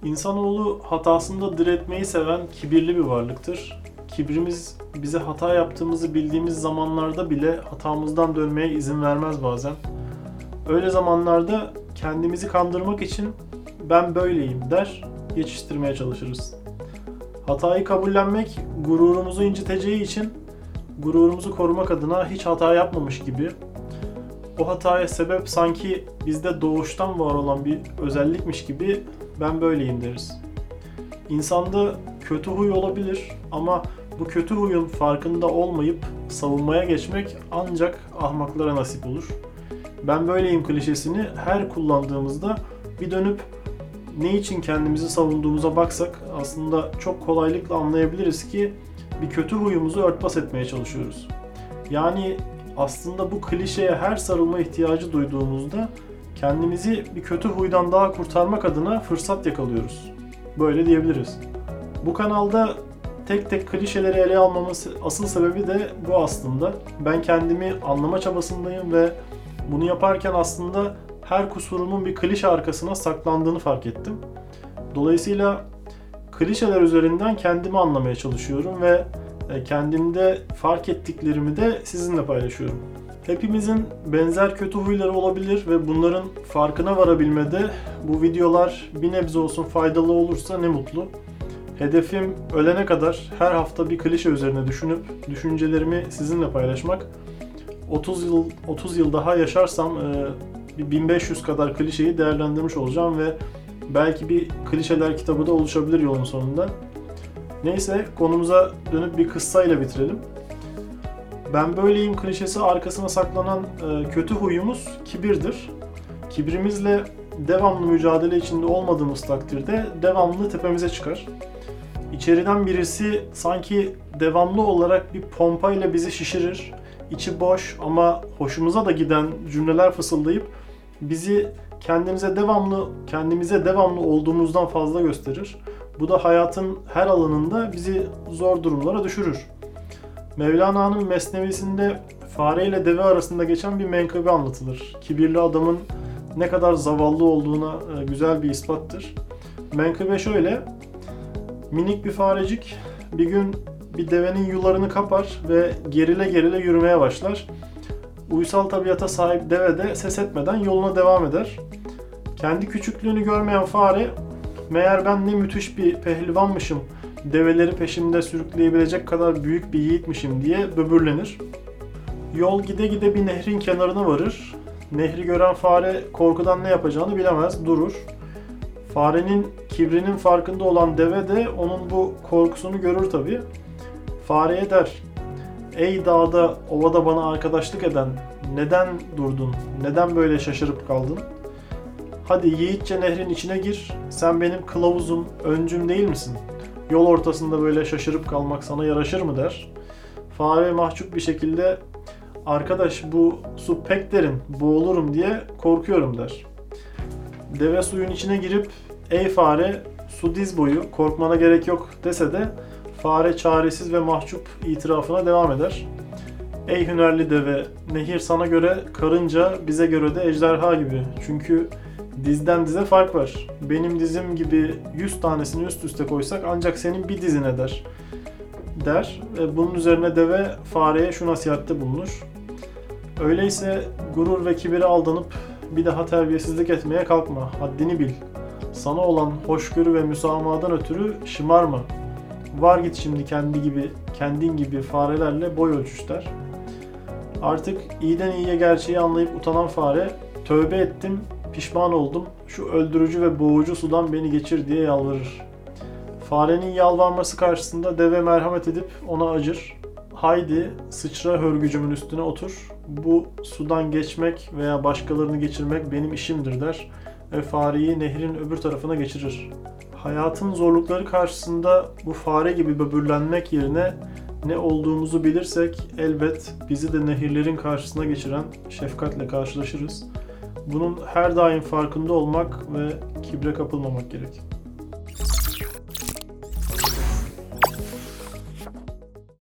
İnsanoğlu hatasında diretmeyi seven kibirli bir varlıktır. Kibrimiz bize hata yaptığımızı bildiğimiz zamanlarda bile hatamızdan dönmeye izin vermez bazen. Öyle zamanlarda kendimizi kandırmak için ben böyleyim der, geçiştirmeye çalışırız. Hatayı kabullenmek gururumuzu inciteceği için gururumuzu korumak adına hiç hata yapmamış gibi, o hataya sebep sanki bizde doğuştan var olan bir özellikmiş gibi ben böyleyim deriz. İnsanda kötü huy olabilir ama bu kötü huyun farkında olmayıp savunmaya geçmek ancak ahmaklara nasip olur. Ben böyleyim klişesini her kullandığımızda bir dönüp ne için kendimizi savunduğumuza baksak aslında çok kolaylıkla anlayabiliriz ki bir kötü huyumuzu örtbas etmeye çalışıyoruz. Yani aslında bu klişeye her sarılma ihtiyacı duyduğumuzda kendimizi bir kötü huydan daha kurtarmak adına fırsat yakalıyoruz. Böyle diyebiliriz. Bu kanalda tek tek klişeleri ele almamın asıl sebebi de bu aslında. Ben kendimi anlama çabasındayım ve bunu yaparken aslında her kusurumun bir klişe arkasına saklandığını fark ettim. Dolayısıyla klişeler üzerinden kendimi anlamaya çalışıyorum ve kendimde fark ettiklerimi de sizinle paylaşıyorum. Hepimizin benzer kötü huyları olabilir ve bunların farkına varabilmede bu videolar bir nebze olsun faydalı olursa ne mutlu. Hedefim ölene kadar her hafta bir klişe üzerine düşünüp düşüncelerimi sizinle paylaşmak. 30 yıl daha yaşarsam bir 1500 kadar klişeyi değerlendirmiş olacağım ve belki bir klişeler kitabı da oluşabilir yolun sonunda. Neyse, konumuza dönüp bir kıssayla bitirelim. Ben böyleyim klişesi arkasına saklanan kötü huyumuz kibirdir. Kibrimizle devamlı mücadele içinde olmadığımız takdirde devamlı tepemize çıkar. İçeriden birisi sanki devamlı olarak bir pompayla bizi şişirir. İçi boş ama hoşumuza da giden cümleler fısıldayıp bizi kendimize devamlı olduğumuzdan fazla gösterir. Bu da hayatın her alanında bizi zor durumlara düşürür. Mevlana'nın Mesnevisinde fare ile deve arasında geçen bir menkıbe anlatılır. Kibirli adamın ne kadar zavallı olduğuna güzel bir ispattır. Menkıbe şöyle: minik bir farecik bir gün bir devenin yularını kapar ve gerile gerile yürümeye başlar. Uysal tabiata sahip deve de ses etmeden yoluna devam eder. Kendi küçüklüğünü görmeyen fare, meğer ben ne müthiş bir pehlivanmışım, develeri peşimde sürükleyebilecek kadar büyük bir yiğitmişim diye böbürlenir. Yol gide gide bir nehrin kenarına varır. Nehri gören fare korkudan ne yapacağını bilemez, durur. Farenin kibrinin farkında olan deve de onun bu korkusunu görür tabii. Fareye der: "Ey dağda, ovada bana arkadaşlık eden, neden durdun, neden böyle şaşırıp kaldın? Hadi yiğitçe nehrin içine gir, sen benim kılavuzum, öncüm değil misin? Yol ortasında böyle şaşırıp kalmak sana yaraşır mı?" der. Fare mahcup bir şekilde "Arkadaş, bu su pek derin, boğulurum diye korkuyorum." der. Deve suyun içine girip "Ey fare, su diz boyu, korkmana gerek yok." dese de fare çaresiz ve mahcup itirafına devam eder. "Ey hünerli deve, nehir sana göre karınca, bize göre de ejderha gibi. Çünkü dizden dize fark var. Benim dizim gibi 100 tanesini üst üste koysak ancak senin bir dizin eder." der. Bunun üzerine deve fareye şu nasihatte bulunur: "Öyleyse gurur ve kibire aldanıp bir daha terbiyesizlik etmeye kalkma, haddini bil. Sana olan hoşgörü ve müsamahadan ötürü şımarma. Var git şimdi kendin gibi farelerle boy ölçüş." der. Artık iyiden iyiye gerçeği anlayıp utanan fare, "Tövbe ettim, pişman oldum, şu öldürücü ve boğucu sudan beni geçir." diye yalvarır. Farenin yalvarması karşısında deve merhamet edip ona acır. "Haydi sıçra hörgücümün üstüne otur, bu sudan geçmek veya başkalarını geçirmek benim işimdir." der ve fareyi nehrin öbür tarafına geçirir. Hayatın zorlukları karşısında bu fare gibi böbürlenmek yerine ne olduğumuzu bilirsek elbet bizi de nehirlerin karşısına geçiren şefkatle karşılaşırız. Bunun her daim farkında olmak ve kibre kapılmamak gerek.